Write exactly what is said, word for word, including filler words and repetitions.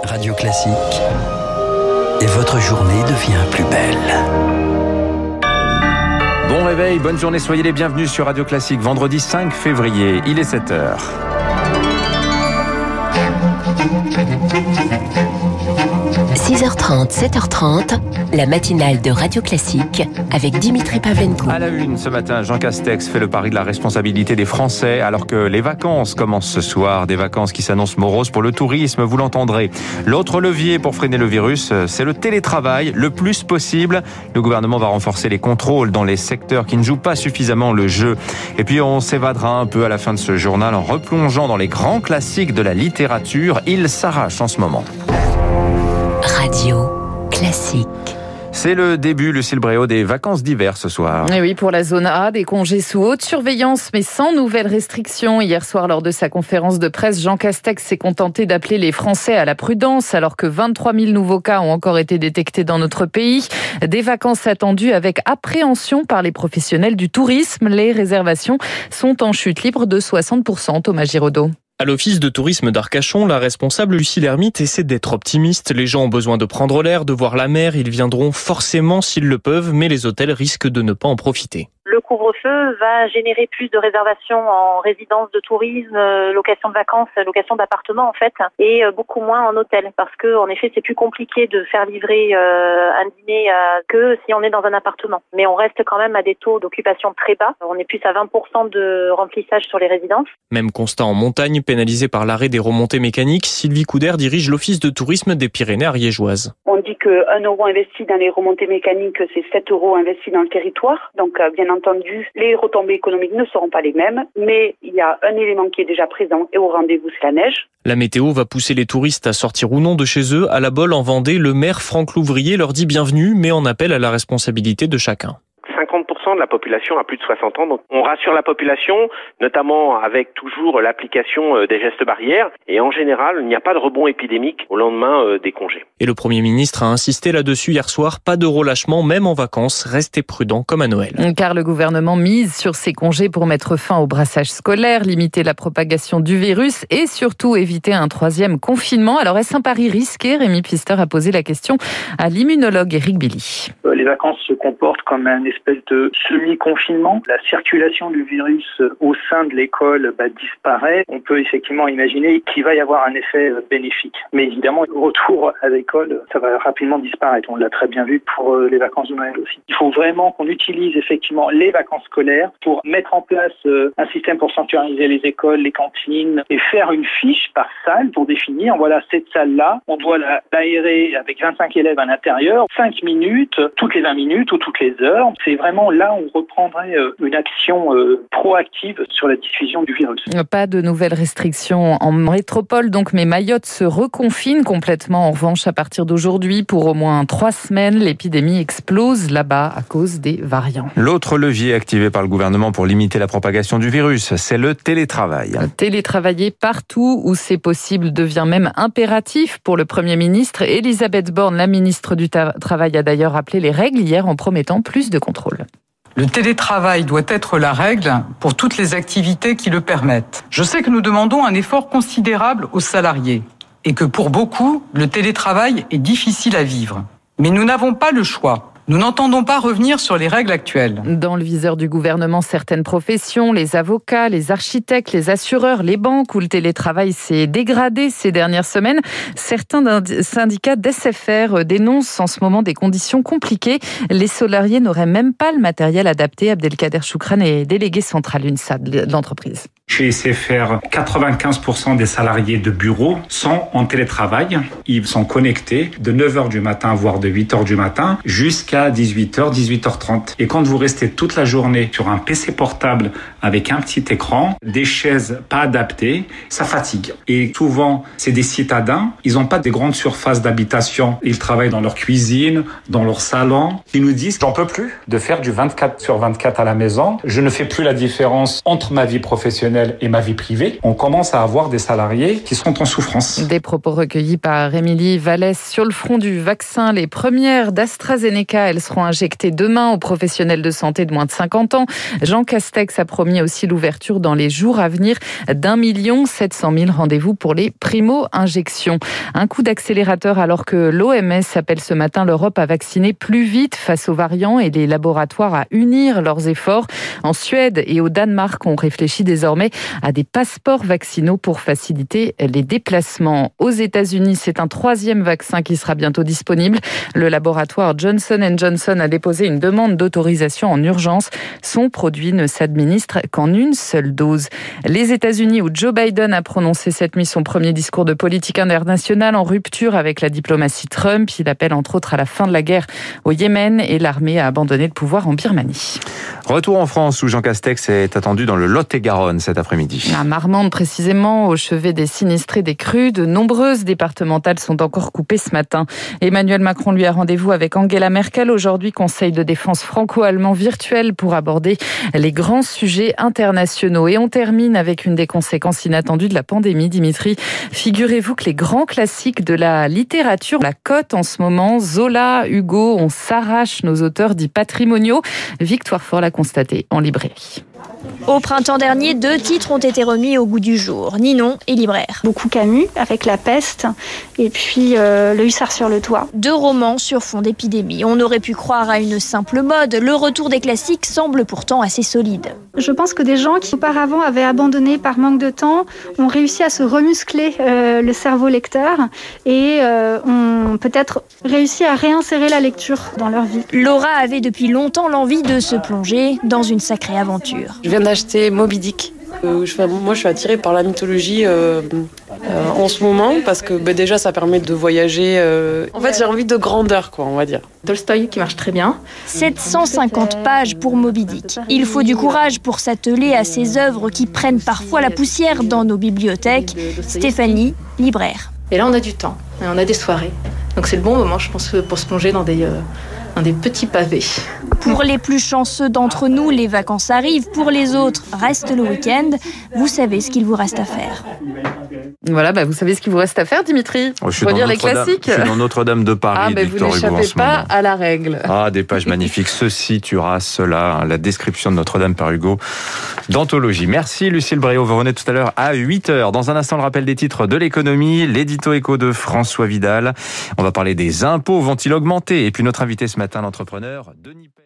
Radio Classique. Et votre journée devient plus belle. Bon réveil, bonne journée, soyez les bienvenus sur Radio Classique. Vendredi cinq février, il est sept heures. six heures trente, sept heures trente, la matinale de Radio Classique avec Dimitri Pavlenko. À la une, ce matin, Jean Castex fait le pari de la responsabilité des Français alors que les vacances commencent ce soir. Des vacances qui s'annoncent moroses pour le tourisme, vous l'entendrez. L'autre levier pour freiner le virus, c'est le télétravail, le plus possible. Le gouvernement va renforcer les contrôles dans les secteurs qui ne jouent pas suffisamment le jeu. Et puis on s'évadera un peu à la fin de ce journal en replongeant dans les grands classiques de la littérature. Il s'arrache en ce moment. Radio Classique. C'est le début, Lucille Bréau, des vacances d'hiver ce soir. Et oui, pour la zone A, des congés sous haute surveillance, mais sans nouvelles restrictions. Hier soir, lors de sa conférence de presse, Jean Castex s'est contenté d'appeler les Français à la prudence, alors que vingt-trois mille nouveaux cas ont encore été détectés dans notre pays. Des vacances attendues avec appréhension par les professionnels du tourisme. Les réservations sont en chute libre de soixante pour cent. Thomas Giraudot. À l'office de tourisme d'Arcachon, la responsable Lucie Lermite essaie d'être optimiste. Les gens ont besoin de prendre l'air, de voir la mer. Ils viendront forcément s'ils le peuvent, mais les hôtels risquent de ne pas en profiter. Le couvre-feu va générer plus de réservations en résidence de tourisme, location de vacances, location d'appartements en fait, et beaucoup moins en hôtel, parce que en effet c'est plus compliqué de faire livrer euh, un dîner euh, que si on est dans un appartement. Mais on reste quand même à des taux d'occupation très bas. On est plus à vingt pour cent de remplissage sur les résidences. Même constat en montagne, pénalisé par l'arrêt des remontées mécaniques. Sylvie Couder dirige l'office de tourisme des Pyrénées ariégeoises. On dit qu'un euro investi dans les remontées mécaniques, c'est sept euros investis dans le territoire. Donc bien entendu, les retombées économiques ne seront pas les mêmes, mais il y a un élément qui est déjà présent et au rendez-vous, c'est la neige. La météo va pousser les touristes à sortir ou non de chez eux. À la Bolle, en Vendée, le maire Franck Louvrier leur dit bienvenue, mais en appelle à la responsabilité de chacun. cinquante pour cent de la population a plus de soixante ans, donc on rassure la population, notamment avec toujours l'application des gestes barrières, et en général, il n'y a pas de rebond épidémique au lendemain des congés. Et le Premier ministre a insisté là-dessus hier soir, pas de relâchement, même en vacances, restez prudents comme à Noël. Car le gouvernement mise sur ces congés pour mettre fin au brassage scolaire, limiter la propagation du virus et surtout éviter un troisième confinement. Alors est-ce un pari risqué ? Rémi Pfister a posé la question à l'immunologue Éric Billy. Les vacances se comportent comme un espèce de semi-confinement. La circulation du virus au sein de l'école bah, disparaît. On peut effectivement imaginer qu'il va y avoir un effet bénéfique. Mais évidemment, le retour à l'école, ça va rapidement disparaître. On l'a très bien vu pour les vacances de Noël aussi. Il faut vraiment qu'on utilise effectivement les vacances scolaires pour mettre en place un système pour sanctuariser les écoles, les cantines et faire une fiche par salle pour définir, voilà, cette salle-là, on doit l'aérer avec vingt-cinq élèves à l'intérieur, cinq minutes, toutes les vingt minutes ou toutes les heures. C'est vraiment là où on reprendrait une action euh, proactive sur la diffusion du virus. Pas de nouvelles restrictions en métropole, donc, mais Mayotte se reconfine complètement. En revanche, à partir d'aujourd'hui, pour au moins trois semaines, l'épidémie explose là-bas à cause des variants. L'autre levier activé par le gouvernement pour limiter la propagation du virus, c'est le télétravail. Télétravailler partout où c'est possible devient même impératif pour le Premier ministre. Elisabeth Borne, la ministre du Travail, a d'ailleurs rappelé les règles hier en promettant plus de contrôle. Le télétravail doit être la règle pour toutes les activités qui le permettent. Je sais que nous demandons un effort considérable aux salariés et que pour beaucoup, le télétravail est difficile à vivre. Mais nous n'avons pas le choix. Nous n'entendons pas revenir sur les règles actuelles. Dans le viseur du gouvernement, certaines professions, les avocats, les architectes, les assureurs, les banques, où le télétravail s'est dégradé ces dernières semaines. Certains syndicats d'S F R dénoncent en ce moment des conditions compliquées. Les salariés n'auraient même pas le matériel adapté. Abdelkader Choukran est délégué central UNSA de l'entreprise. Chez S F R, quatre-vingt-quinze pour cent des salariés de bureau sont en télétravail. Ils sont connectés de neuf heures du matin, voire de huit heures du matin, jusqu'à dix-huit heures, dix-huit heures trente. Et quand vous restez toute la journée sur un P C portable avec un petit écran, des chaises pas adaptées, ça fatigue. Et souvent, c'est des citadins. Ils n'ont pas des grandes surfaces d'habitation. Ils travaillent dans leur cuisine, dans leur salon. Ils nous disent, j'en peux plus de faire du vingt-quatre sur vingt-quatre à la maison. Je ne fais plus la différence entre ma vie professionnelle et ma vie privée. On commence à avoir des salariés qui sont en souffrance. Des propos recueillis par Émilie Vallès sur le front du vaccin. Les premières d'AstraZeneca, elles seront injectées demain aux professionnels de santé de moins de cinquante ans. Jean Castex a promis promis aussi l'ouverture dans les jours à venir d'un million sept cent mille rendez-vous pour les primo-injections. Un coup d'accélérateur alors que l'O M S appelle ce matin l'Europe à vacciner plus vite face aux variants et les laboratoires à unir leurs efforts. En Suède et au Danemark, on réfléchit désormais à des passeports vaccinaux pour faciliter les déplacements. Aux États-Unis, c'est un troisième vaccin qui sera bientôt disponible. Le laboratoire Johnson and Johnson a déposé une demande d'autorisation en urgence. Son produit ne s'administre qu'en une seule dose. Les États-Unis, où Joe Biden a prononcé cette nuit son premier discours de politique internationale en rupture avec la diplomatie Trump. Il appelle entre autres à la fin de la guerre au Yémen et l'armée à abandonner le pouvoir en Birmanie. Retour en France où Jean Castex est attendu dans le Lot-et-Garonne cet après-midi. À Marmande précisément, au chevet des sinistrés des crues, de nombreuses départementales sont encore coupées ce matin. Emmanuel Macron lui a rendez-vous avec Angela Merkel aujourd'hui, conseil de défense franco-allemand virtuel pour aborder les grands sujets internationaux. Et on termine avec une des conséquences inattendues de la pandémie, Dimitri. Figurez-vous que les grands classiques de la littérature, la cote en ce moment, Zola, Hugo, on s'arrache nos auteurs dits patrimoniaux. Victoire Fort l'a constaté en librairie. Au printemps dernier, deux titres ont été remis au goût du jour, Ninon et Libraire. Beaucoup Camus, avec La Peste, et puis euh, Le Hussard sur le toit. Deux romans sur fond d'épidémie. On aurait pu croire à une simple mode. Le retour des classiques semble pourtant assez solide. Je pense que des gens qui auparavant avaient abandonné par manque de temps ont réussi à se remuscler euh, le cerveau lecteur et euh, ont peut-être réussi à réinsérer la lecture dans leur vie. Laura avait depuis longtemps l'envie de se plonger dans une sacrée aventure. Je viens d'acheter Moby Dick. Euh, je, moi, je suis attirée par la mythologie euh, euh, en ce moment parce que bah, déjà, ça permet de voyager. Euh... En fait, j'ai envie de grandeur, quoi, on va dire. Tolstoï qui marche très bien. sept cent cinquante pages pour Moby Dick. Il faut du courage pour s'atteler à ces œuvres qui prennent parfois la poussière dans nos bibliothèques. Stéphanie, libraire. Et là, on a du temps, et on a des soirées. Donc c'est le bon moment, je pense, pour se plonger dans des, euh, dans des petits pavés. Pour les plus chanceux d'entre nous, les vacances arrivent. Pour les autres, reste le week-end. Vous savez ce qu'il vous reste à faire. Voilà, bah vous savez ce qu'il vous reste à faire, Dimitri. Oh, je suis dans les classiques. Je suis dans Notre-Dame de Paris. Ah, mais vous n'échappez pas à la règle. Ah, des pages magnifiques. Ceci tuera cela. Hein, la description de Notre-Dame par Hugo d'anthologie. Merci Lucille Bréau. Vous revenez tout à l'heure à huit heures. Dans un instant, le rappel des titres de l'économie, l'édito éco de François Vidal. On va parler des impôts. Vont-ils augmenter? Et puis notre invité ce matin, l'entrepreneur Denis